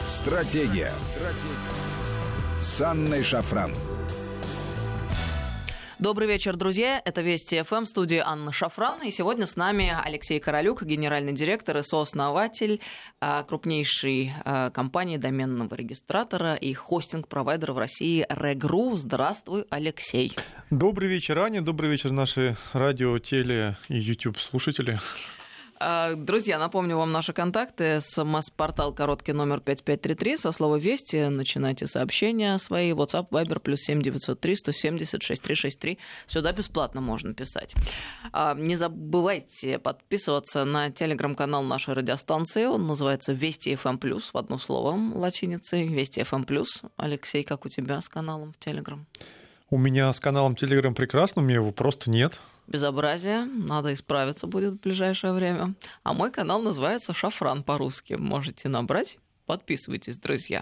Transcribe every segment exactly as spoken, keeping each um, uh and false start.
Стратегия. Стратегия. С Анной Шафран. Добрый вечер, друзья. Это Вести ФМ, в студии Анна Шафран. И сегодня с нами Алексей Королюк, генеральный директор и сооснователь крупнейшей компании доменного регистратора и хостинг-провайдера в России Регру. Здравствуй, Алексей. Добрый вечер, Аня. Добрый вечер, наши радио, теле и YouTube слушатели. Друзья, напомню вам наши контакты. СМС-портал короткий номер пять пять три три. Со слова «Вести» начинайте сообщения свои. WhatsApp, Viber, плюс семь девятьсот три сто семьдесят шесть триста шестьдесят три. Сюда бесплатно можно писать. Не забывайте подписываться на телеграм-канал нашей радиостанции. Он называется «Вести ФМ плюс», в одно слово латиницей. «Вести ФМ плюс». Алексей, как у тебя с каналом в телеграм? У меня с каналом Телеграм прекрасно, у меня его просто нет. Безобразие, надо исправиться будет в ближайшее время. А мой канал называется «Шафран» по-русски. Можете набрать, подписывайтесь, друзья.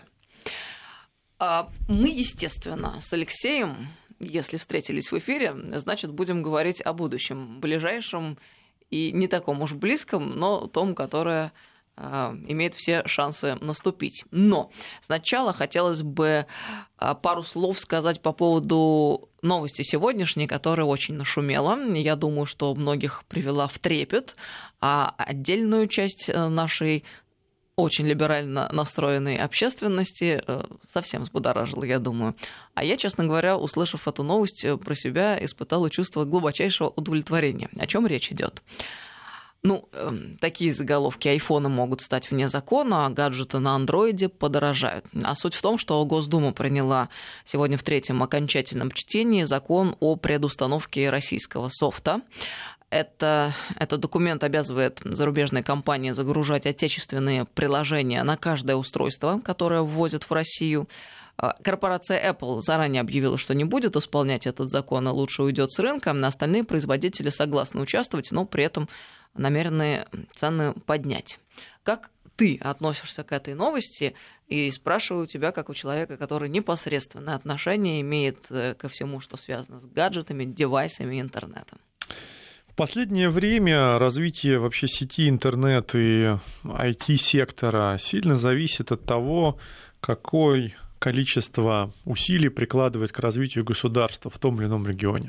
Мы, естественно, с Алексеем, если встретились в эфире, значит, будем говорить о будущем, ближайшем и не таком уж близком, но том, которое имеет все шансы наступить. Но сначала хотелось бы пару слов сказать по поводу новости сегодняшней, которая очень нашумела. Я думаю, что многих привела в трепет, а отдельную часть нашей очень либерально настроенной общественности совсем взбудоражила, я думаю. А я, честно говоря, услышав эту новость, про себя испытала чувство глубочайшего удовлетворения. О чем речь идет? Ну, э, такие заголовки: айфоны могут стать вне закона, а гаджеты на андроиде подорожают. А суть в том, что Госдума приняла сегодня в третьем окончательном чтении закон о предустановке российского софта. Это, этот документ обязывает зарубежные компании загружать отечественные приложения на каждое устройство, которое ввозят в Россию. Корпорация Apple заранее объявила, что не будет исполнять этот закон, а лучше уйдет с рынка. Остальные производители согласны участвовать, но при этом намерены цены поднять. Как ты относишься к этой новости? И спрашиваю тебя, как у человека, который непосредственное отношение имеет ко всему, что связано с гаджетами, девайсами и интернетом. В последнее время развитие вообще сети интернет и ай ти-сектора сильно зависит от того, какое количество усилий прикладывает к развитию государства в том или ином регионе.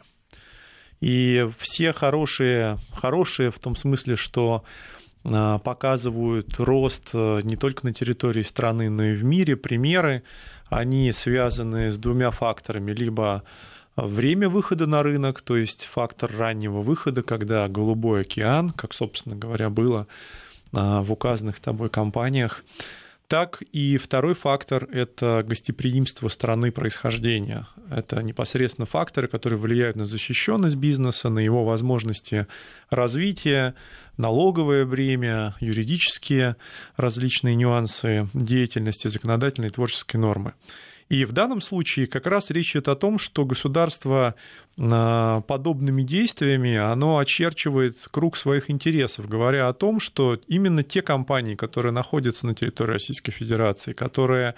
И все хорошие, хорошие в том смысле, что показывают рост не только на территории страны, но и в мире примеры, они связаны с двумя факторами. Либо время выхода на рынок, то есть фактор раннего выхода, когда голубой океан, как, собственно говоря, было в указанных тобой компаниях, так и второй фактор – это гостеприимство страны происхождения. Это непосредственно факторы, которые влияют на защищенность бизнеса, на его возможности развития, налоговое бремя, юридические различные нюансы деятельности, законодательные и творческие нормы. И в данном случае как раз речь идет о том, что государство подобными действиями оно очерчивает круг своих интересов, говоря о том, что именно те компании, которые находятся на территории Российской Федерации, которые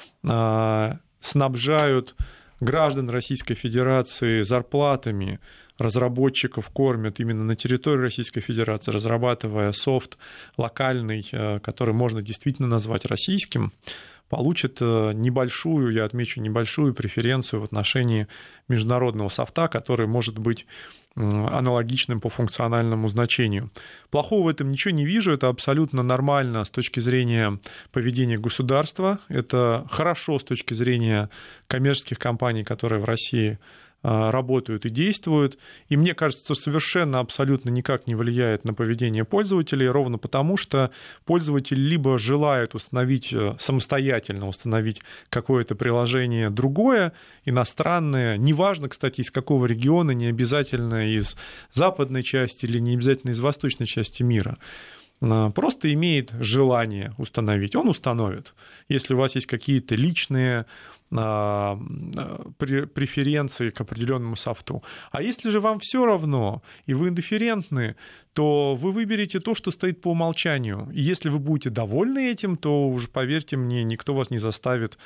снабжают граждан Российской Федерации зарплатами, разработчиков кормят именно на территории Российской Федерации, разрабатывая софт локальный, который можно действительно назвать российским, получит небольшую, я отмечу, небольшую преференцию в отношении международного софта, который может быть аналогичным по функциональному значению. Плохого в этом ничего не вижу, это абсолютно нормально с точки зрения поведения государства, это хорошо с точки зрения коммерческих компаний, которые в России работают и действуют. И мне кажется, что совершенно абсолютно никак не влияет на поведение пользователей, ровно потому, что пользователь либо желает установить, самостоятельно установить какое-то приложение другое, иностранное, неважно, кстати, из какого региона, не обязательно из западной части или не обязательно из восточной части мира, просто имеет желание установить, он установит. Если у вас есть какие-то личные преференции к определенному софту. А если же вам все равно, и вы индифферентны, то вы выберете то, что стоит по умолчанию. И если вы будете довольны этим, то уже, поверьте мне, никто вас не заставит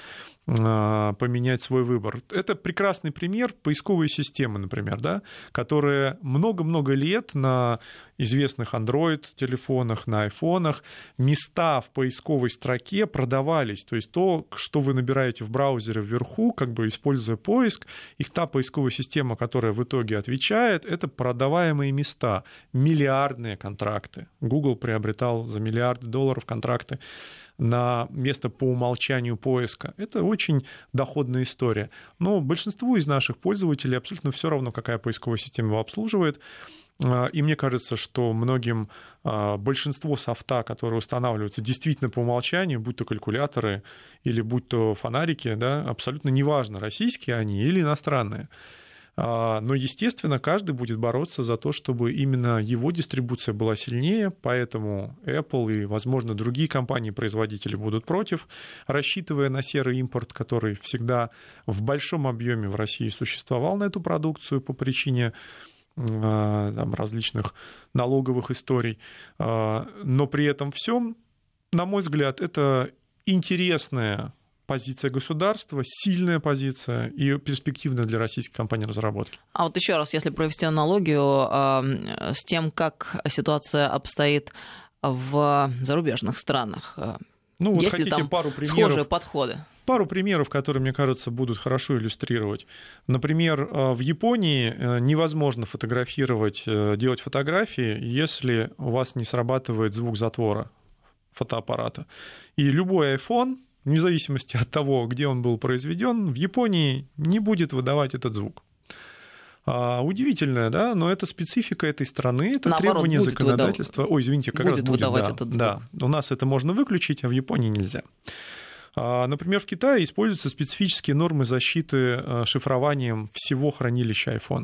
поменять свой выбор. Это прекрасный пример поисковой системы, например, да, которые много-много лет на известных Android-телефонах, на айфонах места в поисковой строке продавались. То есть то, что вы набираете в браузере вверху, как бы используя поиск, и та поисковая система, которая в итоге отвечает, это продаваемые места, миллиардные контракты. Google приобретал за миллиарды долларов контракты на место по умолчанию поиска. Это очень доходная история. Но большинству из наших пользователей абсолютно все равно, какая поисковая система его обслуживает. И мне кажется, что многим большинство софта, которые устанавливаются действительно по умолчанию, будь то калькуляторы или будь то фонарики, да, абсолютно неважно, российские они или иностранные. Но, естественно, каждый будет бороться за то, чтобы именно его дистрибуция была сильнее, поэтому Apple и, возможно, другие компании-производители будут против, рассчитывая на серый импорт, который всегда в большом объеме в России существовал на эту продукцию по причине там, различных налоговых историй. Но при этом всем, на мой взгляд, это интересная позиция государства, сильная позиция и перспективная для российской компании разработки. А вот еще раз, если провести аналогию э, с тем, как ситуация обстоит в зарубежных странах, ну, вот есть ли хотите там пару примеров, схожие подходы? Пару примеров, которые, мне кажется, будут хорошо иллюстрировать. Например, в Японии невозможно фотографировать, делать фотографии, если у вас не срабатывает звук затвора фотоаппарата. И любой iPhone, вне зависимости от того, где он был произведен, в Японии не будет выдавать этот звук. А, удивительно, да, но это специфика этой страны, это наоборот, требование законодательства. Выдав... Ой, извините, как будет раз будет выдавать да, этот звук. Да, у нас это можно выключить, а в Японии нельзя. А, например, в Китае используются специфические нормы защиты шифрованием всего хранилища айфона.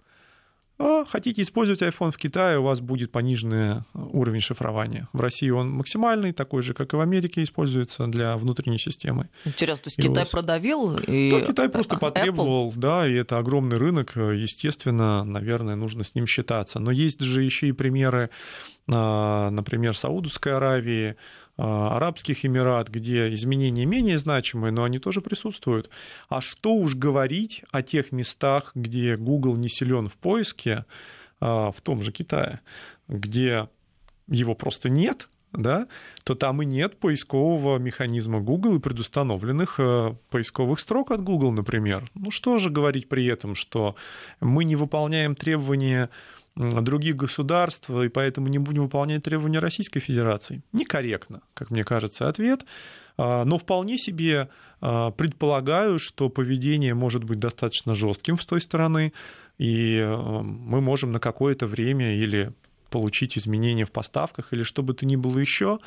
А хотите использовать iPhone в Китае, у вас будет пониженный уровень шифрования. В России он максимальный, такой же, как и в Америке, используется для внутренней системы. Интересно, то есть и Китай вас... продавил? И... Да, Китай просто Apple? потребовал, да, и это огромный рынок, естественно, наверное, нужно с ним считаться. Но есть же еще и примеры, например, Саудовской Аравии, Арабских Эмират, где изменения менее значимые, но они тоже присутствуют. А что уж говорить о тех местах, где Google не силен в поиске, в том же Китае, где его просто нет, да, то там и нет поискового механизма Google и предустановленных поисковых строк от Google, например. Ну что же говорить при этом, что мы не выполняем требования других государств, и поэтому не будем выполнять требования Российской Федерации? Некорректно, как мне кажется, ответ. Но вполне себе предполагаю, что поведение может быть достаточно жестким с той стороны, и мы можем на какое-то время или получить изменения в поставках, или что бы то ни было еще.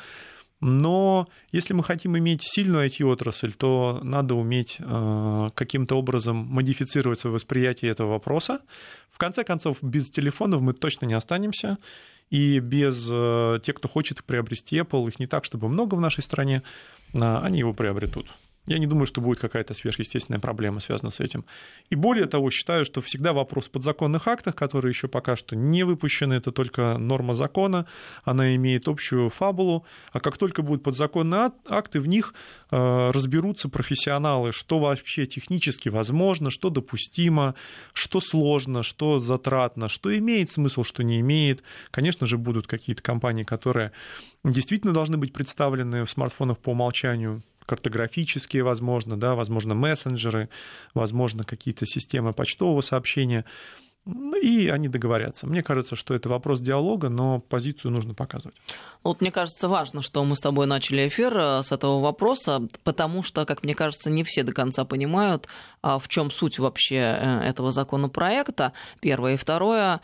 Но если мы хотим иметь сильную ай ти-отрасль, то надо уметь каким-то образом модифицировать свое восприятие этого вопроса. В конце концов, без телефонов мы точно не останемся, и без тех, кто хочет приобрести Apple, их не так, чтобы много в нашей стране, они его приобретут. Я не думаю, что будет какая-то сверхъестественная проблема, связанная с этим. И более того, считаю, что всегда вопрос в подзаконных актах, которые еще пока что не выпущены, это только норма закона, она имеет общую фабулу, а как только будут подзаконные акты, в них разберутся профессионалы, что вообще технически возможно, что допустимо, что сложно, что затратно, что имеет смысл, что не имеет. Конечно же, будут какие-то компании, которые действительно должны быть представлены в смартфонах по умолчанию, картографические, возможно, да, возможно, мессенджеры, возможно, какие-то системы почтового сообщения, и они договорятся. Мне кажется, что это вопрос диалога, но позицию нужно показывать. Вот мне кажется, важно, что мы с тобой начали эфир с этого вопроса, потому что, как мне кажется, не все до конца понимают, в чем суть вообще этого законопроекта. Первое. И второе,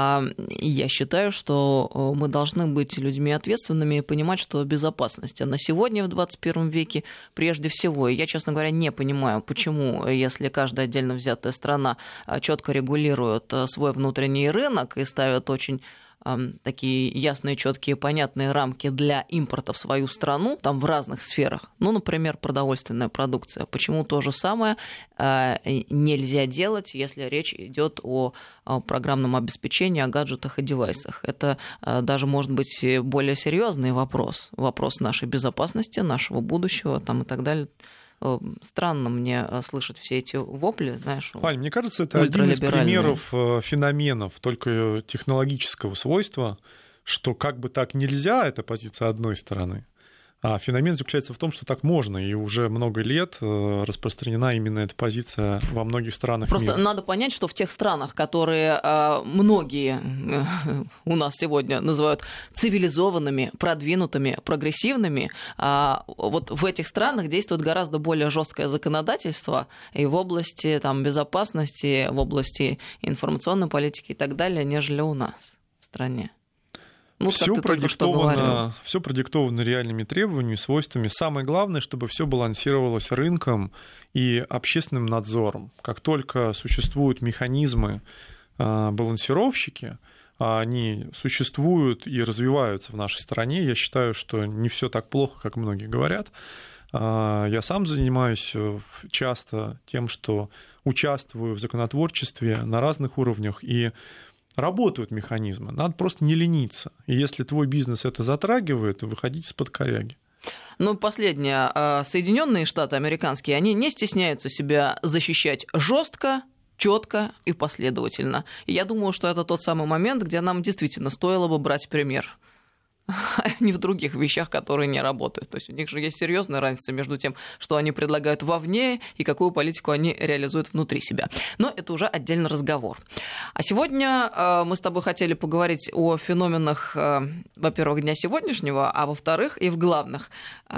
я считаю, что мы должны быть людьми ответственными и понимать, что безопасность на сегодня в двадцать первом веке прежде всего. И я, честно говоря, не понимаю, почему, если каждая отдельно взятая страна четко регулирует свой внутренний рынок и ставит очень такие ясные, четкие, понятные рамки для импорта в свою страну, там в разных сферах. Ну, например, продовольственная продукция. Почему то же самое нельзя делать, если речь идет о программном обеспечении, о гаджетах и девайсах? Это даже может быть более серьезный вопрос. Вопрос нашей безопасности, нашего будущего там, и так далее. Странно мне слышать все эти вопли, знаешь. Вань, мне кажется, это один из примеров феноменов только технологического свойства, что как бы так нельзя, это позиция одной стороны. А феномен заключается в том, что так можно, и уже много лет распространена именно эта позиция во многих странах Просто мира. Просто надо понять, что в тех странах, которые многие у нас сегодня называют цивилизованными, продвинутыми, прогрессивными, вот в этих странах действует гораздо более жесткое законодательство и в области там, безопасности, в области информационной политики и так далее, нежели у нас в стране. Ну, все продиктовано, все продиктовано реальными требованиями, свойствами. Самое главное, чтобы все балансировалось рынком и общественным надзором. Как только существуют механизмы, балансировщики, они существуют и развиваются в нашей стране, я считаю, что не все так плохо, как многие говорят. Я сам занимаюсь часто тем, что участвую в законотворчестве на разных уровнях, и работают механизмы, надо просто не лениться. И если твой бизнес это затрагивает, то выходить из-под коряги. Ну, последнее. Соединенные Штаты американские, они не стесняются себя защищать жестко, четко и последовательно. И я думаю, что это тот самый момент, где нам действительно стоило бы брать пример. А не в других вещах, которые не работают. То есть у них же есть серьезная разница между тем, что они предлагают вовне и какую политику они реализуют внутри себя. Но это уже отдельный разговор. А сегодня мы с тобой хотели поговорить о феноменах, во-первых, дня сегодняшнего, а во-вторых, и в главных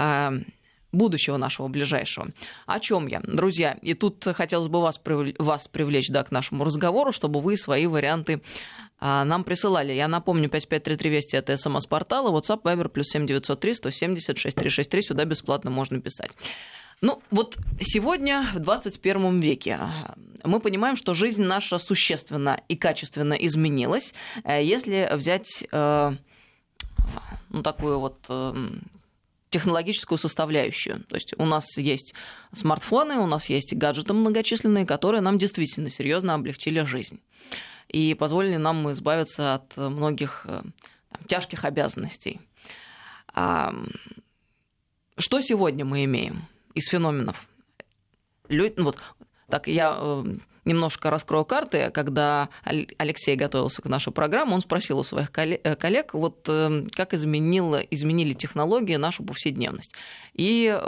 будущего нашего ближайшего. О чем я? Друзья, и тут хотелось бы вас, вас привлечь да, к нашему разговору, чтобы вы свои варианты нам присылали. Я напомню, пять пять три три Вести — это СМС-портал, и WhatsApp, Viber, плюс семь девятьсот три сто семьдесят шесть триста шестьдесят три, сюда бесплатно можно писать. Ну, вот сегодня, в двадцать первом веке, мы понимаем, что жизнь наша существенно и качественно изменилась. Если взять, ну, такую вот технологическую составляющую. То есть у нас есть смартфоны, у нас есть гаджеты многочисленные, которые нам действительно серьезно облегчили жизнь и позволили нам избавиться от многих там, тяжких обязанностей. А что сегодня мы имеем из феноменов? Лю... Вот, так, я немножко раскрою карты. Когда Алексей готовился к нашей программе, он спросил у своих коллег, вот как изменило, изменили технологии нашу повседневность. И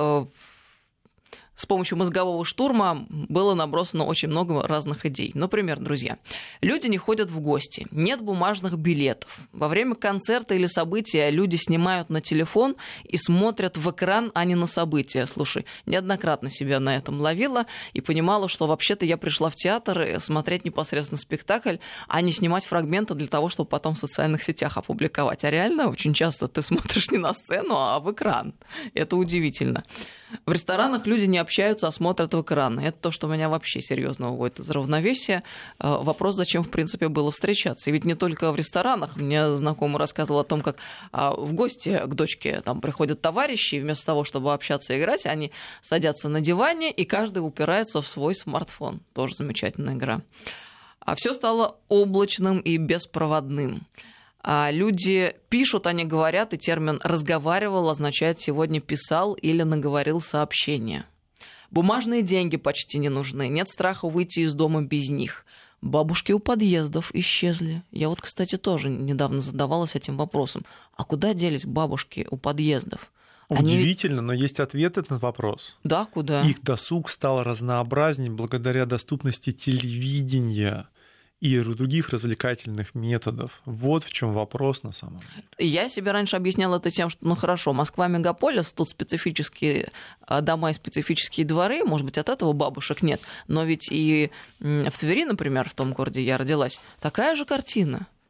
с помощью мозгового штурма было набросано очень много разных идей. Например, друзья, люди не ходят в гости, нет бумажных билетов. Во время концерта или события люди снимают на телефон и смотрят в экран, а не на события. Слушай, неоднократно себя на этом ловила и понимала, что вообще-то я пришла в театр смотреть непосредственно спектакль, а не снимать фрагменты для того, чтобы потом в социальных сетях опубликовать. А реально очень часто ты смотришь не на сцену, а в экран. Это удивительно. В ресторанах люди не общаются, а смотрят в экран. Это то, что меня вообще серьезно выводит из равновесия. Вопрос, зачем, в принципе, было встречаться. И ведь не только в ресторанах. Мне знакомый рассказывал о том, как в гости к дочке там приходят товарищи, и вместо того, чтобы общаться и играть, они садятся на диване, и каждый упирается в свой смартфон. Тоже замечательная игра. А все стало облачным и беспроводным. Люди пишут, они говорят, и термин «разговаривал» означает «сегодня писал» или «наговорил сообщение». Бумажные деньги почти не нужны, нет страха выйти из дома без них. Бабушки у подъездов исчезли. Я вот, кстати, тоже недавно задавалась этим вопросом. А куда делись бабушки у подъездов? Удивительно, Они... но есть ответ на этот вопрос. Да, куда? Их досуг стал разнообразнее благодаря доступности телевидения и других развлекательных методов. Вот в чем вопрос на самом деле. Я себе раньше объясняла это тем, что, ну хорошо, Москва мегаполис, тут специфические дома и специфические дворы, может быть, от этого бабушек нет, но ведь и в Твери, например, в том городе я родилась, такая же картина.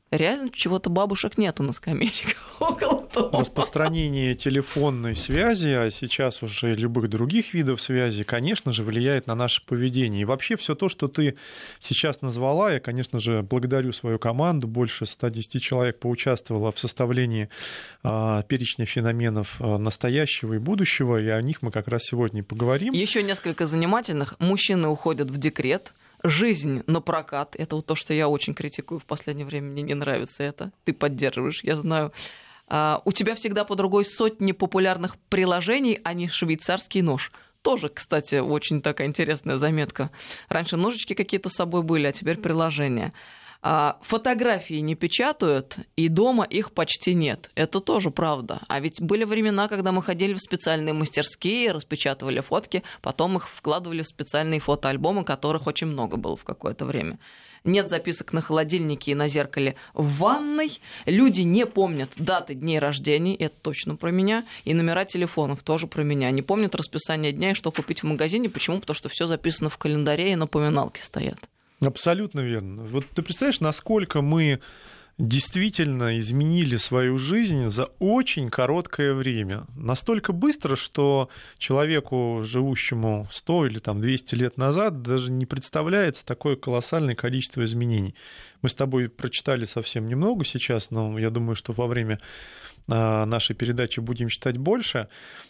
реально чего-то бабушек нету на скамеечках около дома. Распространение телефонной связи, а сейчас уже любых других видов связи, конечно же, влияет на наше поведение. И вообще все то, что ты сейчас назвала, я, конечно же, благодарю свою команду, больше ста десяти человек поучаствовало в составлении а, перечня феноменов настоящего и будущего, и о них мы как раз сегодня и поговорим. Еще несколько занимательных. Мужчины уходят в декрет. Жизнь на прокат. Это вот то, что я очень критикую в последнее время. Мне не нравится это. Ты поддерживаешь, я знаю. А, у тебя всегда под рукой сотни популярных приложений, а не швейцарский нож. Тоже, кстати, очень такая интересная заметка. Раньше ножички какие-то с собой были, а теперь приложения. А, фотографии не печатают, и дома их почти нет. Это тоже правда. А ведь были времена, когда мы ходили в специальные мастерские, распечатывали фотки, потом их вкладывали в специальные фотоальбомы, которых очень много было в какое-то время. Нет записок на холодильнике и на зеркале в ванной. Люди не помнят даты дней рождения, это точно про меня, и номера телефонов тоже про меня. Не помнят расписание дня и что купить в магазине. Почему? Потому что все записано в календаре и напоминалки стоят. Абсолютно верно. Вот ты представляешь, насколько мы действительно изменили свою жизнь за очень короткое время. Настолько быстро, что человеку, живущему сто или там, двести лет назад, даже не представляется такое колоссальное количество изменений. Мы с тобой прочитали совсем немного сейчас, но я думаю, что во время нашей передачи будем читать больше.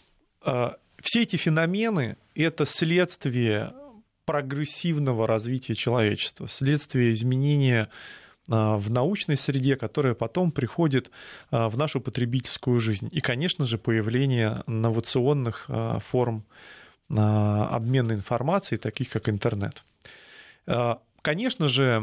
Все эти феномены — это следствие прогрессивного развития человечества, следствие изменения в научной среде, которое потом приходит в нашу потребительскую жизнь. И, конечно же, появление инновационных форм обмена информацией, таких как интернет. Конечно же,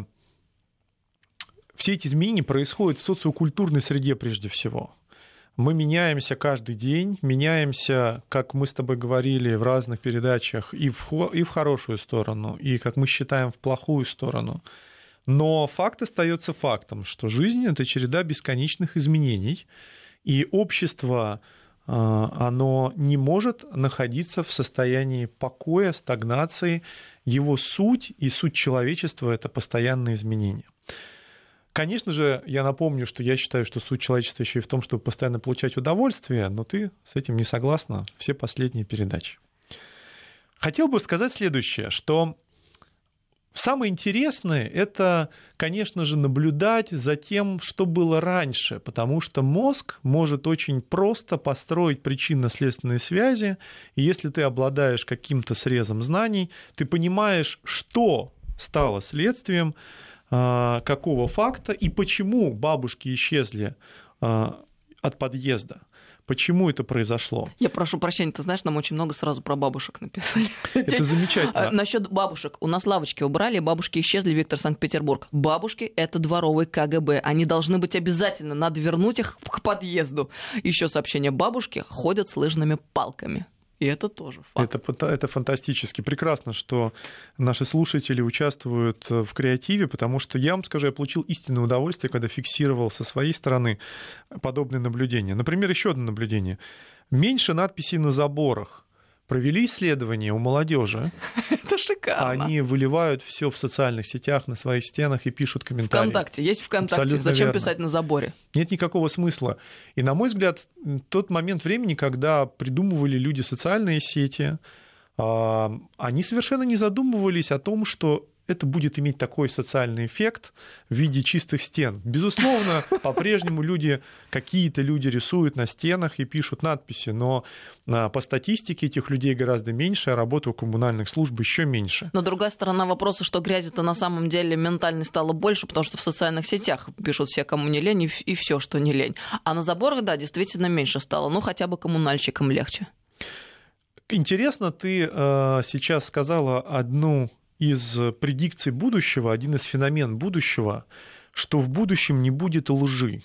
все эти изменения происходят в социокультурной среде прежде всего. Мы меняемся каждый день, меняемся, как мы с тобой говорили в разных передачах, и в, и в хорошую сторону, и, как мы считаем, в плохую сторону. Но факт остается фактом, что жизнь — это череда бесконечных изменений, и общество, оно не может находиться в состоянии покоя, стагнации. Его суть и суть человечества — это постоянные изменения. Конечно же, я напомню, что я считаю, что суть человечества еще и в том, чтобы постоянно получать удовольствие, но ты с этим не согласна все последние передачи. Хотел бы сказать следующее, что самое интересное — это, конечно же, наблюдать за тем, что было раньше, потому что мозг может очень просто построить причинно-следственные связи, и если ты обладаешь каким-то срезом знаний, ты понимаешь, что стало следствием какого факта и почему бабушки исчезли от подъезда. Почему это произошло? Я прошу прощения, ты знаешь, нам очень много сразу про бабушек написали. Это замечательно. Насчет бабушек. У нас лавочки убрали, бабушки исчезли, Виктор, Санкт-Петербург. Бабушки — это дворовый ка гэ бэ. Они должны быть обязательно, надо вернуть их к подъезду. Еще сообщение: бабушки ходят с лыжными палками. И это тоже факт. Это, это фантастически. Прекрасно, что наши слушатели участвуют в креативе, потому что, я вам скажу, я получил истинное удовольствие, когда фиксировал со своей стороны подобные наблюдения. Например, еще одно наблюдение. Меньше надписей на заборах. Провели исследования у молодежи. Это шикарно. Они выливают все в социальных сетях, на своих стенах и пишут комментарии. ВКонтакте. Есть ВКонтакте. Абсолютно Зачем верно. Писать на заборе? Нет никакого смысла. И, на мой взгляд, тот момент времени, когда придумывали люди социальные сети, они совершенно не задумывались о том, что это будет иметь такой социальный эффект в виде чистых стен. Безусловно, по-прежнему люди, какие-то люди рисуют на стенах и пишут надписи, но по статистике этих людей гораздо меньше, а работы у коммунальных служб еще меньше. Но другая сторона вопроса, что грязи-то на самом деле ментально стало больше, потому что в социальных сетях пишут все, кому не лень, и все, что не лень. А на заборах, да, действительно меньше стало, ну хотя бы коммунальщикам легче. Интересно, ты э, сейчас сказала одну из предикций будущего, один из феноменов будущего, что в будущем не будет лжи.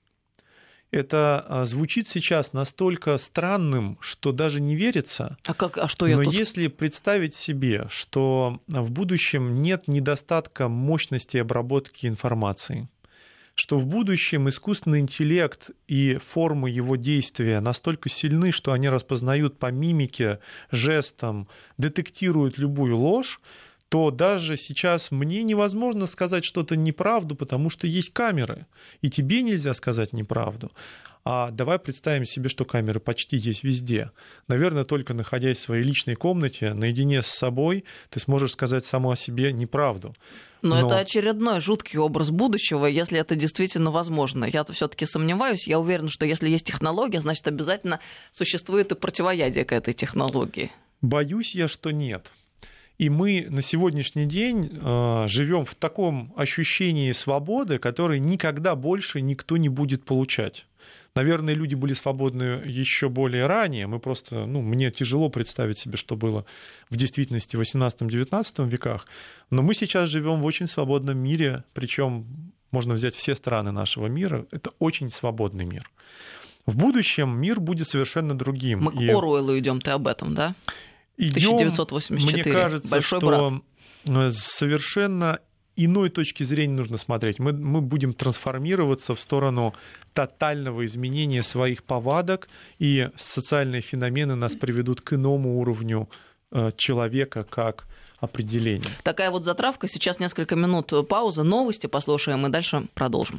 Это звучит сейчас настолько странным, что даже не верится. А как, а что я Но тут... если представить себе, что в будущем нет недостатка мощности обработки информации, что в будущем искусственный интеллект и формы его действия настолько сильны, что они распознают по мимике, жестам, детектируют любую ложь, то даже сейчас мне невозможно сказать что-то неправду, потому что есть камеры, и тебе нельзя сказать неправду. А давай представим себе, что камеры почти есть везде. Наверное, только находясь в своей личной комнате, наедине с собой, ты сможешь сказать саму о себе неправду. Но, Но это очередной жуткий образ будущего, если это действительно возможно. Я-то все-таки сомневаюсь. Я уверена, что если есть технология, значит, обязательно существует и противоядие к этой технологии. Боюсь я, что нет. И мы на сегодняшний день э, живем в таком ощущении свободы, которое никогда больше никто не будет получать. Наверное, люди были свободны еще более ранее. Мы просто, ну, мне тяжело представить себе, что было в действительности в восемнадцатом-девятнадцатом веках. Но мы сейчас живем в очень свободном мире, причем можно взять все страны нашего мира. Это очень свободный мир. В будущем мир будет совершенно другим. Мы И... к Оруэллу идем, ты об этом, да? Идем, тысяча девятьсот восемьдесят четыре. Мне кажется, Большой что брат. Совершенно иной точки зрения нужно смотреть. Мы, мы будем трансформироваться в сторону тотального изменения своих повадок, и социальные феномены нас приведут к иному уровню человека как определения. Такая вот затравка. Сейчас несколько минут пауза, новости послушаем и дальше продолжим.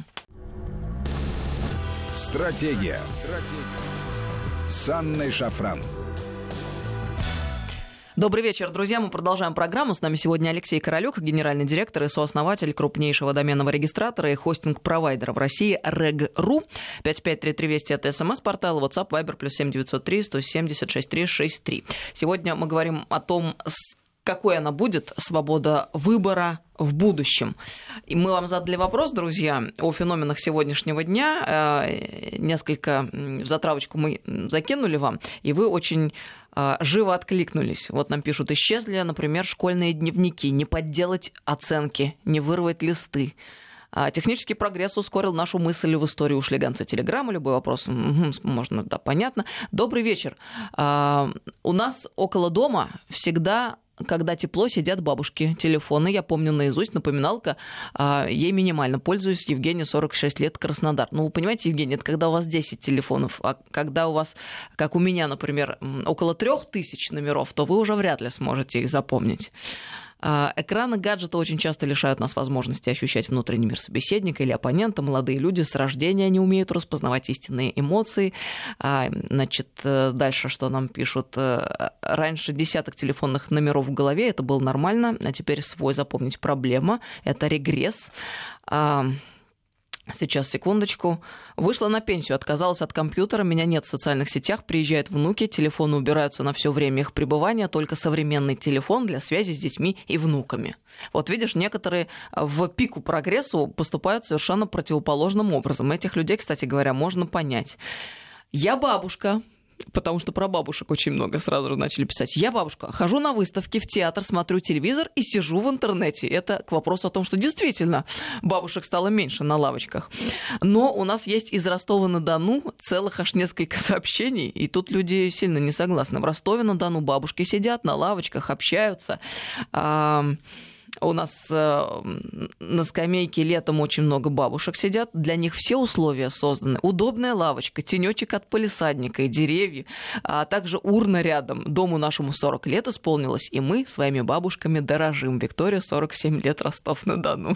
Стратегия. Стратегия. С Анной Шафран. Добрый вечер, друзья. Мы продолжаем программу. С нами сегодня Алексей Королюк, генеральный директор и сооснователь крупнейшего доменного регистратора и хостинг-провайдера в России рег точка ру. пять пять три три Вести — это смс-портал, WhatsApp, Viber, плюс семь девятьсот три сто семьдесят шестьдесят три шестьдесят три. Сегодня мы говорим о том, какой она будет, свобода выбора в будущем. И мы вам задали вопрос, друзья, о феноменах сегодняшнего дня. Несколько в затравочку мы закинули вам, и вы очень живо откликнулись. Вот нам пишут: исчезли, например, школьные дневники, не подделать оценки, не вырвать листы. Технический прогресс ускорил нашу мысль в историю. Ушли гонцы телеграммы, любой вопрос угу, можно, да, понятно. Добрый вечер. У нас около дома всегда, когда тепло, сидят бабушки. Телефоны, я помню наизусть, напоминалка, ей минимально. Пользуюсь, Евгения, сорок шесть лет, Краснодар. Ну, вы понимаете, Евгения, это когда у вас десять телефонов, а когда у вас, как у меня, например, около трех тысяч номеров, то вы уже вряд ли сможете их запомнить. Экраны гаджета очень часто лишают нас возможности ощущать внутренний мир собеседника или оппонента. Молодые люди с рождения не умеют распознавать истинные эмоции. Значит, дальше что нам пишут? Раньше десяток телефонных номеров в голове, это было нормально, а теперь свой запомнить проблема. Это регресс. Сейчас, секундочку. Вышла на пенсию, отказалась от компьютера, меня нет в социальных сетях, приезжают внуки, телефоны убираются на все время их пребывания, только современный телефон для связи с детьми и внуками. Вот видишь, некоторые в пику прогрессу поступают совершенно противоположным образом. Этих людей, кстати говоря, можно понять. Я бабушка. Потому что про бабушек очень много сразу же начали писать. Я бабушка, хожу на выставки, в театр, смотрю телевизор и сижу в интернете. Это к вопросу о том, что действительно бабушек стало меньше на лавочках. Но у нас есть из Ростова-на-Дону целых аж несколько сообщений, и тут люди сильно не согласны. В Ростове-на-Дону бабушки сидят на лавочках, общаются. У нас э, на скамейке летом очень много бабушек сидят. Для них все условия созданы. Удобная лавочка, тенечек от палисадника и деревья, а также урна рядом. Дому нашему сорок лет исполнилось, и мы своими бабушками дорожим. Виктория, сорок семь лет, Ростов-на-Дону.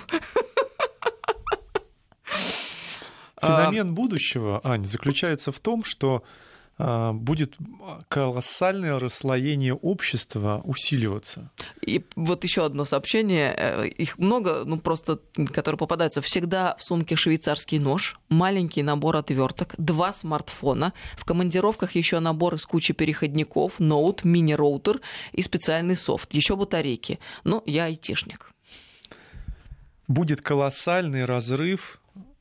Феномен будущего, Ань, заключается в том, что будет колоссальное расслоение общества усиливаться. И вот еще одно сообщение, их много, ну просто, которые попадаются. Всегда в сумке швейцарский нож, маленький набор отверток, два смартфона, в командировках еще набор из кучи переходников, ноут, мини-роутер и специальный софт, еще батарейки. Но я айтишник. Будет колоссальный разрыв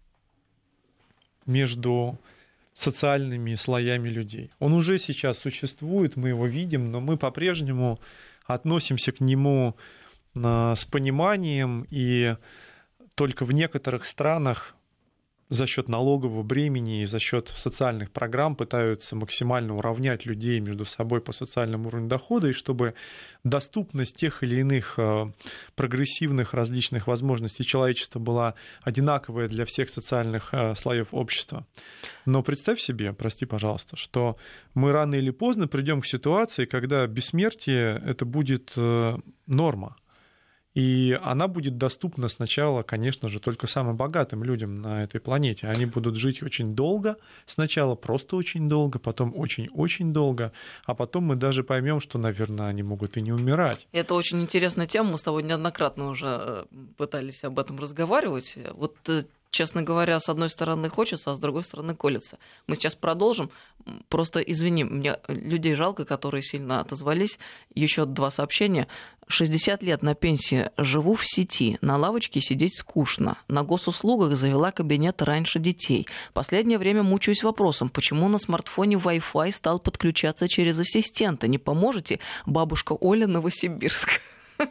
между социальными слоями людей. Он уже сейчас существует, мы его видим, но мы по-прежнему относимся к нему с пониманием, и только в некоторых странах за счет налогового бремени и за счет социальных программ пытаются максимально уравнять людей между собой по социальному уровню дохода, и чтобы доступность тех или иных прогрессивных различных возможностей человечества была одинаковая для всех социальных слоев общества. Но представь себе, прости, пожалуйста, что мы рано или поздно придем к ситуации, когда бессмертие — это будет норма. И она будет доступна сначала, конечно же, только самым богатым людям на этой планете. Они будут жить очень долго, сначала просто очень долго, потом очень-очень долго, а потом мы даже поймем, что, наверное, они могут и не умирать. Это очень интересная тема, мы с тобой неоднократно уже пытались об этом разговаривать. Вот, честно говоря, с одной стороны хочется, а с другой стороны колется. Мы сейчас продолжим. Просто извини, мне людей жалко, которые сильно отозвались. Еще два сообщения. шестьдесят лет на пенсии, живу в сети, на лавочке сидеть скучно, на госуслугах завела кабинет раньше детей. Последнее время мучаюсь вопросом, почему на смартфоне Wi-Fi стал подключаться через ассистента. Не поможете? Бабушка Оля, Новосибирск.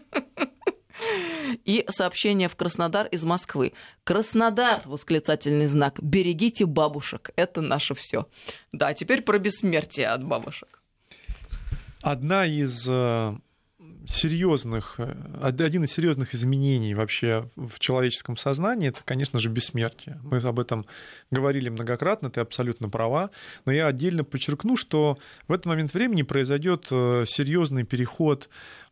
И сообщение в Краснодар из Москвы. Краснодар, восклицательный знак. Берегите бабушек, это наше все. Да, теперь про бессмертие от бабушек. Одна из серьезных, один из серьезных изменений вообще в человеческом сознании — это, конечно же, бессмертие. Мы об этом говорили многократно, ты абсолютно права, но я отдельно подчеркну, что в этот момент времени произойдет серьезный переход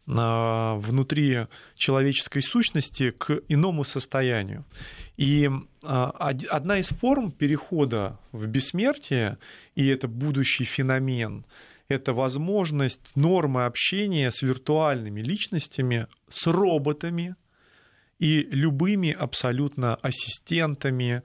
внутри человеческой сущности к иному состоянию. И одна из форм перехода в бессмертие, и это будущий феномен, это возможность нормы общения с виртуальными личностями, с роботами и любыми абсолютно ассистентами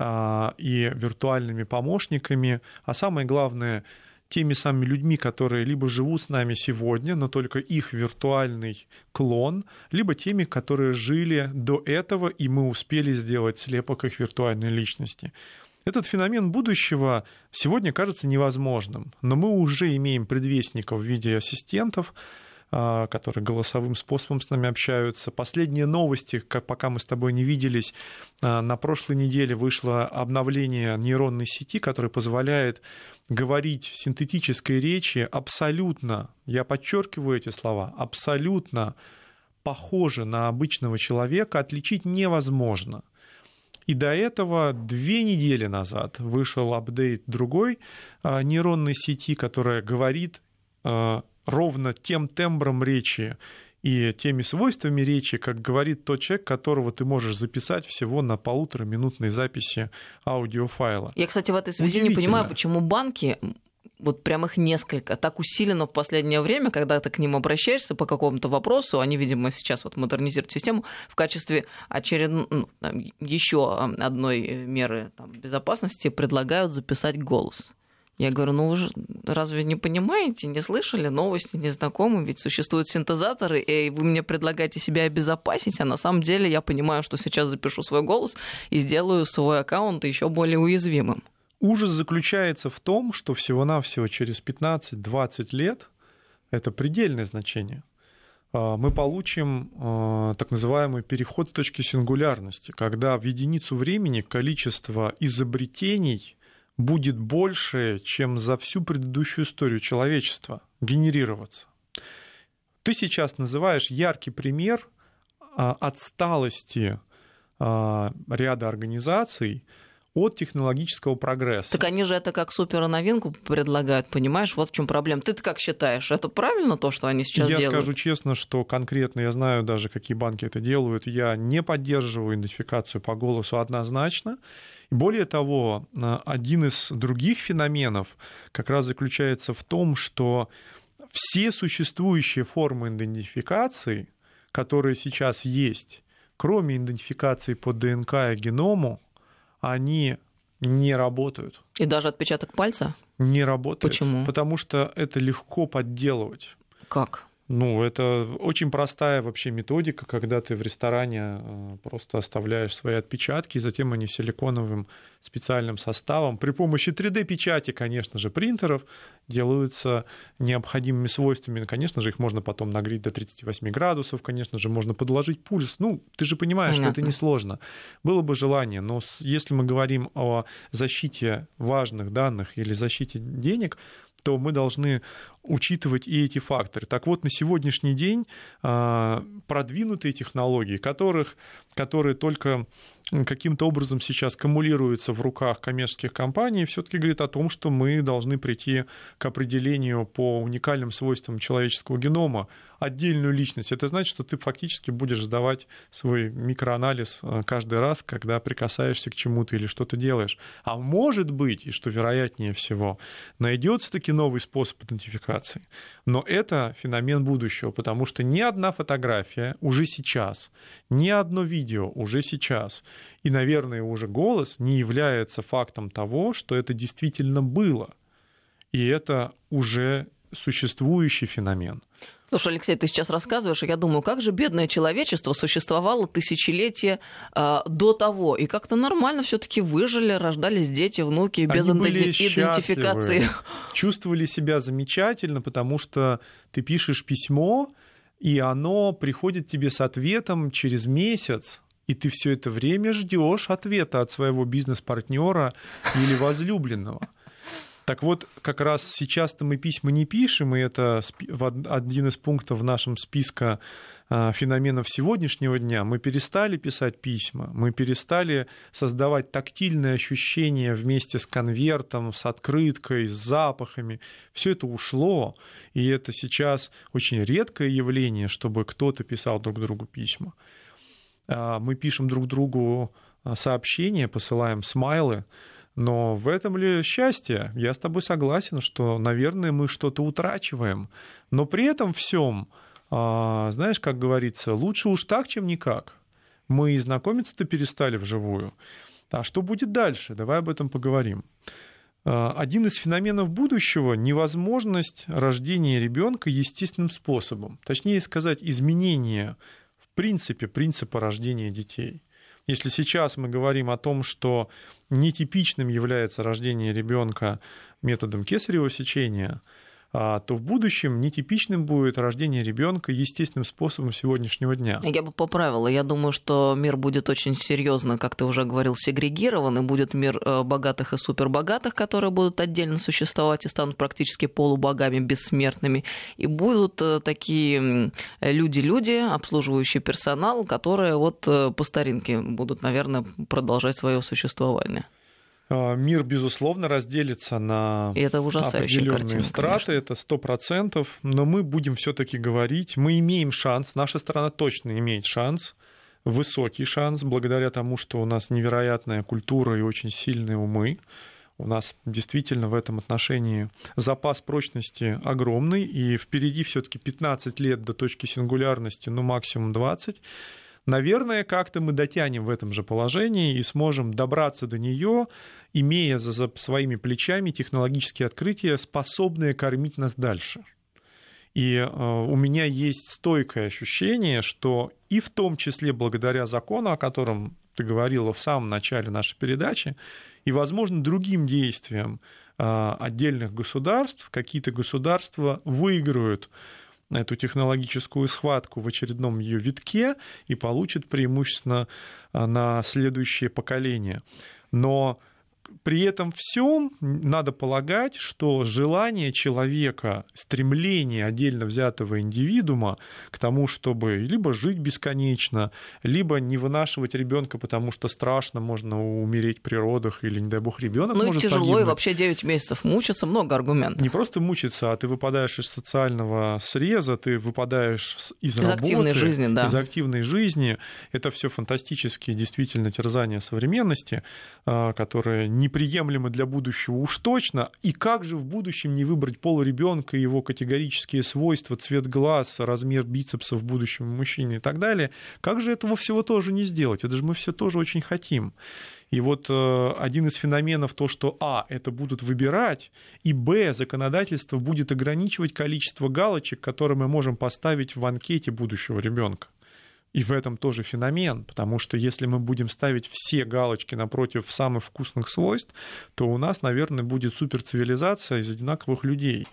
и виртуальными помощниками, а самое главное — теми самыми людьми, которые либо живут с нами сегодня, но только их виртуальный клон, либо теми, которые жили до этого, и мы успели сделать слепок их виртуальной личности. Этот феномен будущего сегодня кажется невозможным, но мы уже имеем предвестников в виде ассистентов, которые голосовым способом с нами общаются. Последние новости, как пока мы с тобой не виделись, на прошлой неделе вышло обновление нейронной сети, которое позволяет говорить синтетической речи абсолютно, я подчеркиваю эти слова, абсолютно похоже на обычного человека, отличить невозможно. И до этого две недели назад вышел апдейт другой нейронной сети, которая говорит ровно тем тембром речи и теми свойствами речи, как говорит тот человек, которого ты можешь записать всего на полутораминутной записи аудиофайла. Я, кстати, в этой связи не понимаю, почему банки, вот прям их несколько, так усиленно в последнее время, когда ты к ним обращаешься по какому-то вопросу, они, видимо, сейчас вот модернизируют систему в качестве очередной, ну, еще одной меры там, безопасности предлагают записать голос. Я говорю, ну вы же разве не понимаете, не слышали новости, не знакомы, ведь существуют синтезаторы, и вы мне предлагаете себя обезопасить, а на самом деле я понимаю, что сейчас запишу свой голос и сделаю свой аккаунт еще более уязвимым. Ужас заключается в том, что всего-навсего через пятнадцать-двадцать лет, это предельное значение, мы получим так называемый переход в точки сингулярности, когда в единицу времени количество изобретений будет больше, чем за всю предыдущую историю человечества генерироваться. Ты сейчас называешь яркий пример отсталости ряда организаций от технологического прогресса. Так они же это как суперновинку предлагают, понимаешь? Вот в чем проблема. Ты-то как считаешь, это правильно то, что они сейчас я делают? Я скажу честно, что конкретно я знаю даже, какие банки это делают. Я не поддерживаю идентификацию по голосу однозначно. Более того, один из других феноменов как раз заключается в том, что все существующие формы идентификации, которые сейчас есть, кроме идентификации по ДНК и геному, они не работают. И даже отпечаток пальца? Не работает. Почему? Потому что это легко подделывать. Как? Ну, это очень простая вообще методика, когда ты в ресторане просто оставляешь свои отпечатки, и затем они силиконовым специальным составом при помощи три дэ-печати, конечно же, принтеров делаются необходимыми свойствами. Конечно же, их можно потом нагреть до тридцати восьми градусов, конечно же, можно подложить пульс. Ну, ты же понимаешь, Понятно. Что это несложно. Было бы желание, но если мы говорим о защите важных данных или защите денег, то мы должны учитывать и эти факторы. Так вот, на сегодняшний день продвинутые технологии, которых, которые только каким-то образом сейчас кумулируются в руках коммерческих компаний, все-таки говорит о том, что мы должны прийти к определению по уникальным свойствам человеческого генома отдельную личность. Это значит, что ты фактически будешь сдавать свой микроанализ каждый раз, когда прикасаешься к чему-то или что-то делаешь. А может быть, и что вероятнее всего, найдется таки новый способ идентификации. Но это феномен будущего, потому что ни одна фотография уже сейчас, ни одно видео уже сейчас, и, наверное, уже голос не является фактом того, что это действительно было. И это уже существующий феномен. Слушай, Алексей, ты сейчас рассказываешь, и я думаю, как же бедное человечество существовало тысячелетия э, до того, и как-то нормально все-таки выжили, рождались дети, внуки без Они были идентификации. Чувствовали себя замечательно, потому что ты пишешь письмо, и оно приходит тебе с ответом через месяц, и ты все это время ждешь ответа от своего бизнес-партнера или возлюбленного. Так вот, как раз сейчас-то мы письма не пишем, и это один из пунктов в нашем списке феноменов сегодняшнего дня. Мы перестали писать письма, мы перестали создавать тактильные ощущения вместе с конвертом, с открыткой, с запахами. Все это ушло, и это сейчас очень редкое явление, чтобы кто-то писал друг другу письма. Мы пишем друг другу сообщения, посылаем смайлы, но в этом ли счастье? Я с тобой согласен, что, наверное, мы что-то утрачиваем. Но при этом всем, знаешь, как говорится, лучше уж так, чем никак. Мы и знакомиться-то перестали вживую. А что будет дальше? Давай об этом поговорим. Один из феноменов будущего — невозможность рождения ребенка естественным способом. Точнее сказать, изменение в принципе принципа рождения детей. Если сейчас мы говорим о том, что нетипичным является рождение ребенка методом кесарево сечения, то в будущем нетипичным будет рождение ребенка естественным способом сегодняшнего дня. Я бы поправила. Я думаю, что мир будет очень серьезно, как ты уже говорил, сегрегирован, и будет мир богатых и супербогатых, которые будут отдельно существовать и станут практически полубогами, бессмертными. И будут такие люди-люди, обслуживающий персонал, которые вот по старинке будут, наверное, продолжать свое существование. Мир, безусловно, разделится на это определенные картина, страты, конечно. Это сто процентов, но мы будем все-таки говорить, мы имеем шанс, наша страна точно имеет шанс, высокий шанс, благодаря тому, что у нас невероятная культура и очень сильные умы. У нас действительно в этом отношении запас прочности огромный, и впереди все-таки пятнадцать лет до точки сингулярности, ну максимум двадцать. Наверное, как-то мы дотянем в этом же положении и сможем добраться до нее, имея за своими плечами технологические открытия, способные кормить нас дальше. И у меня есть стойкое ощущение, что и в том числе благодаря закону, о котором ты говорила в самом начале нашей передачи, и, возможно, другим действиям отдельных государств, какие-то государства выиграют эту технологическую схватку в очередном ее витке и получат преимущественно на следующее поколение. Но при этом всем надо полагать, что желание человека, стремление отдельно взятого индивидуума к тому, чтобы либо жить бесконечно, либо не вынашивать ребенка, потому что страшно, можно умереть при родах, или, не дай бог, ребенок ну, может погибнуть. Ну и тяжело, погибнуть. И вообще девять месяцев мучиться, много аргументов. Не просто мучиться, а ты выпадаешь из социального среза, ты выпадаешь из, из работы, активной жизни, да. из активной жизни. Это все фантастические действительно терзания современности, которые неприемлемы для будущего уж точно. И как же в будущем не выбрать пол ребенка, его категорические свойства, цвет глаз, размер бицепсов будущему мужчине и так далее? Как же этого всего тоже не сделать? Это же мы все тоже очень хотим. И вот один из феноменов то, что а, это будут выбирать, и б, законодательство будет ограничивать количество галочек, которые мы можем поставить в анкете будущего ребенка. И в этом тоже феномен, потому что если мы будем ставить все галочки напротив самых вкусных свойств, то у нас, наверное, будет суперцивилизация из одинаковых людей.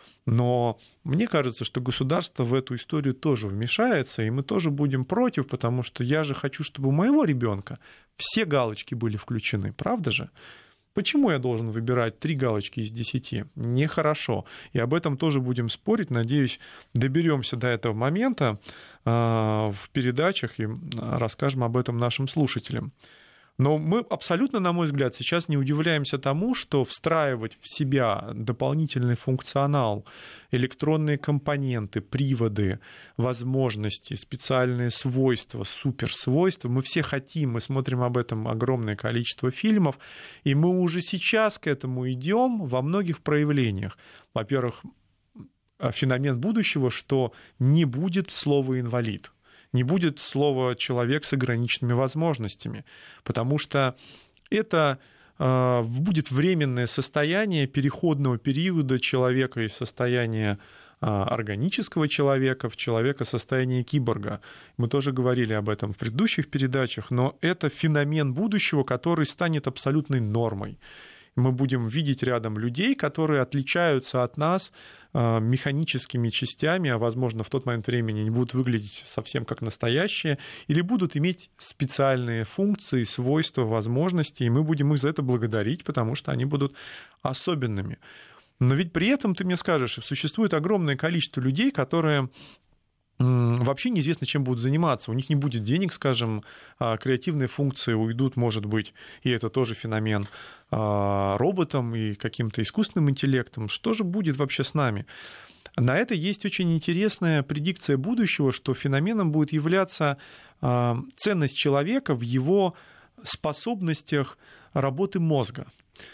Но мне кажется, что государство в эту историю тоже вмешается, и мы тоже будем против, потому что я же хочу, чтобы у моего ребенка все галочки были включены, правда же? Почему я должен выбирать три галочки из десяти? Нехорошо. И об этом тоже будем спорить. Надеюсь, доберемся до этого момента в передачах и расскажем об этом нашим слушателям. Но мы абсолютно, на мой взгляд, сейчас не удивляемся тому, что встраивать в себя дополнительный функционал, электронные компоненты, приводы, возможности, специальные свойства, суперсвойства, мы все хотим, мы смотрим об этом огромное количество фильмов, и мы уже сейчас к этому идем во многих проявлениях. Во-первых, феномен будущего, что не будет слова «инвалид». Не будет слова «человек с ограниченными возможностями», потому что это э, будет временное состояние переходного периода человека из состояния э, органического человека в человека состояние киборга. Мы тоже говорили об этом в предыдущих передачах, но это феномен будущего, который станет абсолютной нормой. Мы будем видеть рядом людей, которые отличаются от нас механическими частями, а, возможно, в тот момент времени не будут выглядеть совсем как настоящие, или будут иметь специальные функции, свойства, возможности, и мы будем их за это благодарить, потому что они будут особенными. Но ведь при этом, ты мне скажешь, существует огромное количество людей, которые вообще неизвестно, чем будут заниматься. У них не будет денег, скажем, креативные функции уйдут, может быть, и это тоже феномен, роботам и каким-то искусственным интеллектом. Что же будет вообще с нами? На это есть очень интересная предикция будущего, что феноменом будет являться ценность человека в его способностях работы мозга.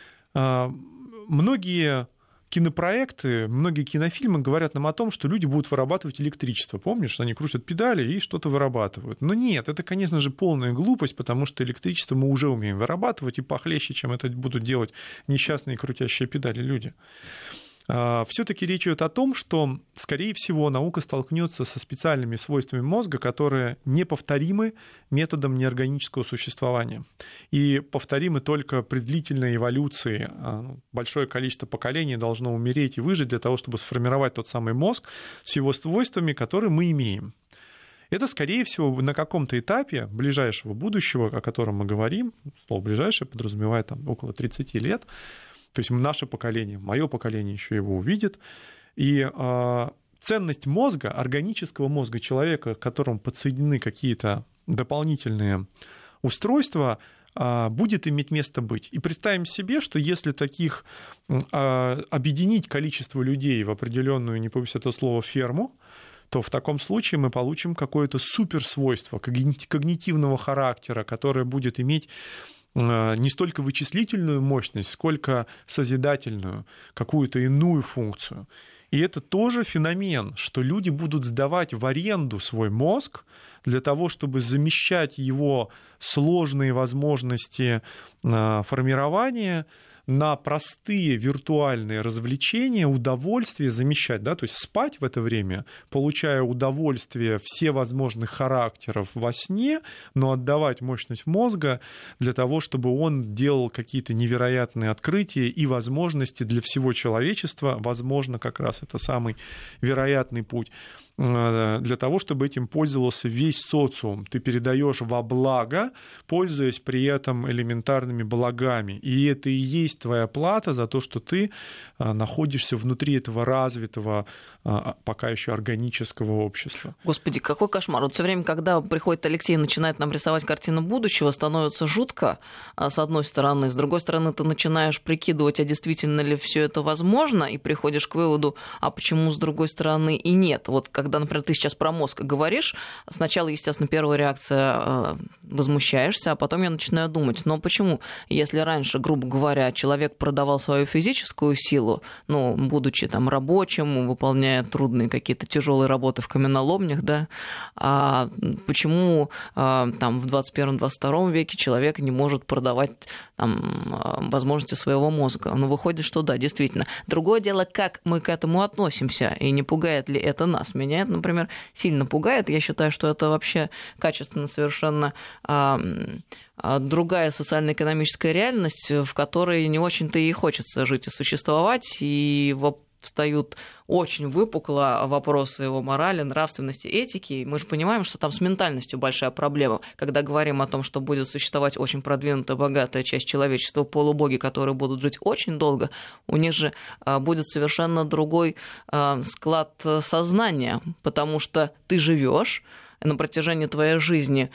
Многие кинопроекты, многие кинофильмы говорят нам о том, что люди будут вырабатывать электричество. Помнишь, они крутят педали и что-то вырабатывают. Но нет, это, конечно же, полная глупость, потому что электричество мы уже умеем вырабатывать и похлеще, чем это будут делать несчастные крутящие педали люди. Все-таки речь идет о том, что, скорее всего, наука столкнется со специальными свойствами мозга, которые неповторимы методом неорганического существования. И повторимы только при длительной эволюции. Большое количество поколений должно умереть и выжить для того, чтобы сформировать тот самый мозг с его свойствами, которые мы имеем. Это, скорее всего, на каком-то этапе ближайшего будущего, о котором мы говорим, слово «ближайшее» подразумевает там, около тридцати лет, то есть наше поколение, мое поколение еще его увидит. И э, ценность мозга, органического мозга человека, к которому подсоединены какие-то дополнительные устройства, э, будет иметь место быть. И представим себе, что если таких э, объединить количество людей в определенную, не побоюсь этого слова, ферму, то в таком случае мы получим какое-то суперсвойство когнитивного характера, которое будет иметь не столько вычислительную мощность, сколько созидательную, какую-то иную функцию. И это тоже феномен, что люди будут сдавать в аренду свой мозг для того, чтобы замещать его сложные возможности формирования на простые виртуальные развлечения, удовольствие замещать, да, то есть спать в это время, получая удовольствие всевозможных характеров во сне, но отдавать мощность мозга для того, чтобы он делал какие-то невероятные открытия и возможности для всего человечества. Возможно, как раз это самый вероятный путь для того, чтобы этим пользовался весь социум. Ты передаешь во благо, пользуясь при этом элементарными благами. И это и есть твоя плата за то, что ты находишься внутри этого развитого, пока еще органического общества. Господи, какой кошмар. Вот все время, когда приходит Алексей и начинает нам рисовать картину будущего, становится жутко, с одной стороны. С другой стороны, ты начинаешь прикидывать, а действительно ли все это возможно, и приходишь к выводу, а почему с другой стороны и нет. Вот когда, например, ты сейчас про мозг говоришь, сначала, естественно, первая реакция — возмущаешься, а потом я начинаю думать, но почему, если раньше, грубо говоря, человек продавал свою физическую силу, ну, будучи там рабочим, выполняя трудные какие-то тяжелые работы в каменоломнях, да, а почему там в двадцать первом — двадцать втором веке человек не может продавать там возможности своего мозга? Ну, выходит, что да, действительно. Другое дело, как мы к этому относимся, и не пугает ли это нас. Меня это, например, сильно пугает. Я считаю, что это вообще качественно совершенно другая социально-экономическая реальность, в которой не очень-то и хочется жить и существовать, и встают очень выпукло вопросы его морали, нравственности, этики. Мы же понимаем, что там с ментальностью большая проблема. Когда говорим о том, что будет существовать очень продвинутая, богатая часть человечества, полубоги, которые будут жить очень долго, у них же будет совершенно другой склад сознания, потому что ты живешь на протяжении твоей жизни.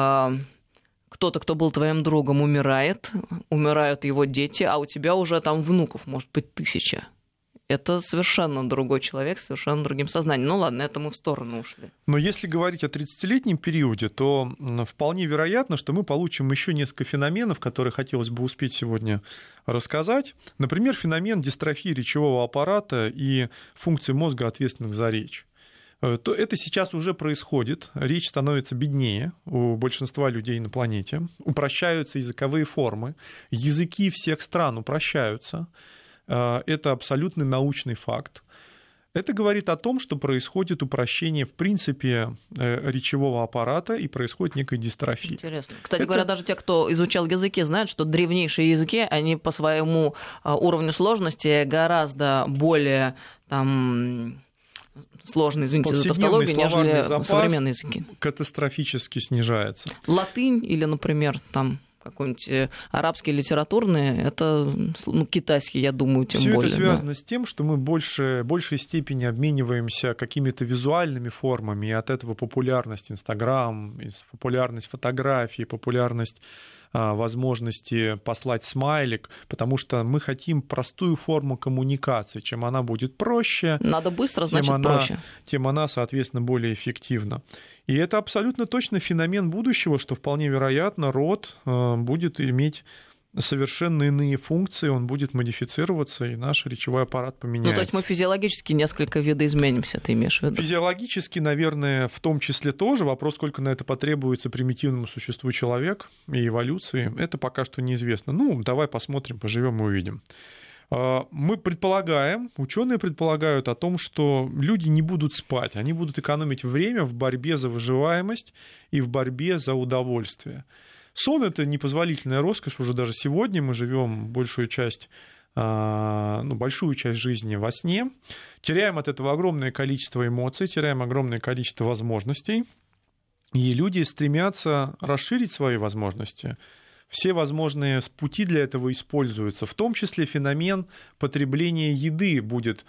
Кто-то, кто был твоим другом, умирает, умирают его дети, а у тебя уже там внуков может быть тысяча. Это совершенно другой человек, с совершенно другим сознанием. Ну ладно, это мы в сторону ушли. Но если говорить о тридцатилетнем периоде, то вполне вероятно, что мы получим еще несколько феноменов, которые хотелось бы успеть сегодня рассказать. Например, феномен дистрофии речевого аппарата и функций мозга, ответственных за речь. То это сейчас уже происходит. Речь становится беднее у большинства людей на планете. Упрощаются языковые формы. Языки всех стран упрощаются. Это абсолютный научный факт. Это говорит о том, что происходит упрощение, в принципе, речевого аппарата и происходит некая дистрофия. Интересно. Кстати Это... говоря, даже те, кто изучал языки, знают, что древнейшие языки, они по своему уровню сложности гораздо более там, сложные, извините за тавтологию, нежели современные языки. Катастрофически снижается. Латынь или, например, там... какой-нибудь арабский литературный, это ну, китайский, я думаю, тем Всё более. Все это связано да. с тем, что мы больше, в большей степени обмениваемся какими-то визуальными формами, и от этого популярность Инстаграм, популярность фотографий, популярность возможности послать смайлик, потому что мы хотим простую форму коммуникации. Чем она будет проще, надо быстро, значит, тем она, проще. Тем она, соответственно, более эффективна. И это абсолютно точно феномен будущего, что вполне вероятно, рот будет иметь совершенно иные функции, он будет модифицироваться, и наш речевой аппарат поменяется. Ну, то есть мы физиологически несколько видоизменимся, ты имеешь в виду? Физиологически, наверное, в том числе тоже. Вопрос, сколько на это потребуется примитивному существу человек и эволюции, это пока что неизвестно. Ну, давай посмотрим, поживем и увидим. Мы предполагаем, ученые предполагают о том, что люди не будут спать, они будут экономить время в борьбе за выживаемость и в борьбе за удовольствие. Сон — это непозволительная роскошь, уже даже сегодня мы живем большую часть, ну, большую часть жизни во сне, теряем от этого огромное количество эмоций, теряем огромное количество возможностей, и люди стремятся расширить свои возможности. Все возможные пути для этого используются, в том числе феномен потребления еды будет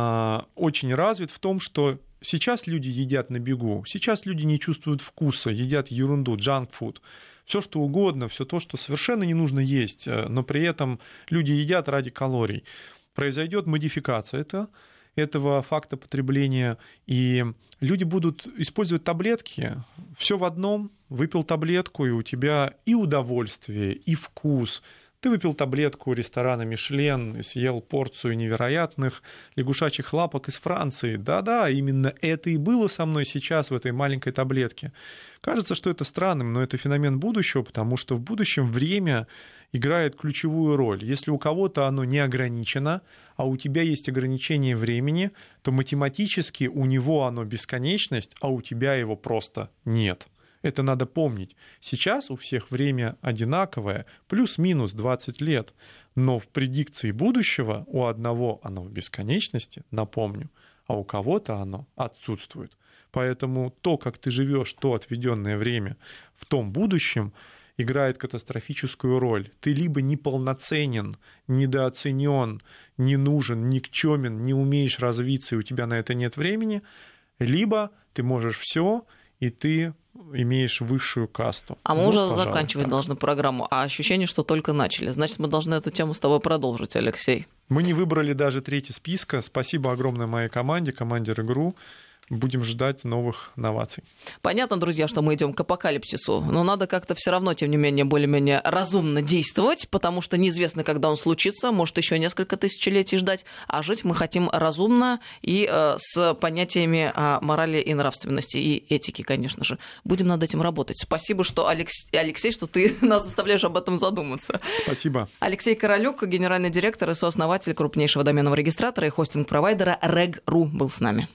очень развит в том, что сейчас люди едят на бегу, сейчас люди не чувствуют вкуса, едят ерунду, джанк-фуд. Все что угодно, все то, что совершенно не нужно есть, но при этом люди едят ради калорий. Произойдет модификация это, этого факта потребления, и люди будут использовать таблетки. Все в одном. Выпил таблетку, и у тебя и удовольствие, и вкус. Ты выпил таблетку ресторана «Мишлен» и съел порцию невероятных лягушачьих лапок из Франции. Да-да, именно это и было со мной сейчас в этой маленькой таблетке. Кажется, что это странным, но это феномен будущего, потому что в будущем время играет ключевую роль. Если у кого-то оно не ограничено, а у тебя есть ограничение времени, то математически у него оно бесконечность, а у тебя его просто нет. Это надо помнить. Сейчас у всех время одинаковое, плюс-минус двадцать лет. Но в предикции будущего у одного оно в бесконечности, напомню, а у кого-то оно отсутствует. Поэтому то, как ты живешь, то отведенное время в том будущем, играет катастрофическую роль. Ты либо неполноценен, недооценен, не нужен, никчемен, не умеешь развиться, и у тебя на это нет времени, либо ты можешь все, и ты имеешь высшую касту. А мы вот, уже пожалуй, заканчивать так. должны программу, а ощущение, что только начали. Значит, мы должны эту тему с тобой продолжить, Алексей. Мы не выбрали даже третий списка. Спасибо огромное моей команде, команде РГРУ. Будем ждать новых новаций. Понятно, друзья, что мы идем к апокалипсису, но надо как-то все равно, тем не менее, более-менее разумно действовать, потому что неизвестно, когда он случится, может еще несколько тысячелетий ждать, а жить мы хотим разумно и э, с понятиями о морали и нравственности, и этики, конечно же. Будем над этим работать. Спасибо, что Алекс... Алексей, что ты нас заставляешь об этом задуматься. Спасибо. Алексей Королюк, генеральный директор и сооснователь крупнейшего доменного регистратора и хостинг-провайдера рэг точка ру был с нами.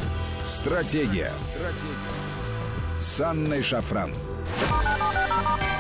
Стратегия. Стратегия. С Анной Шафран.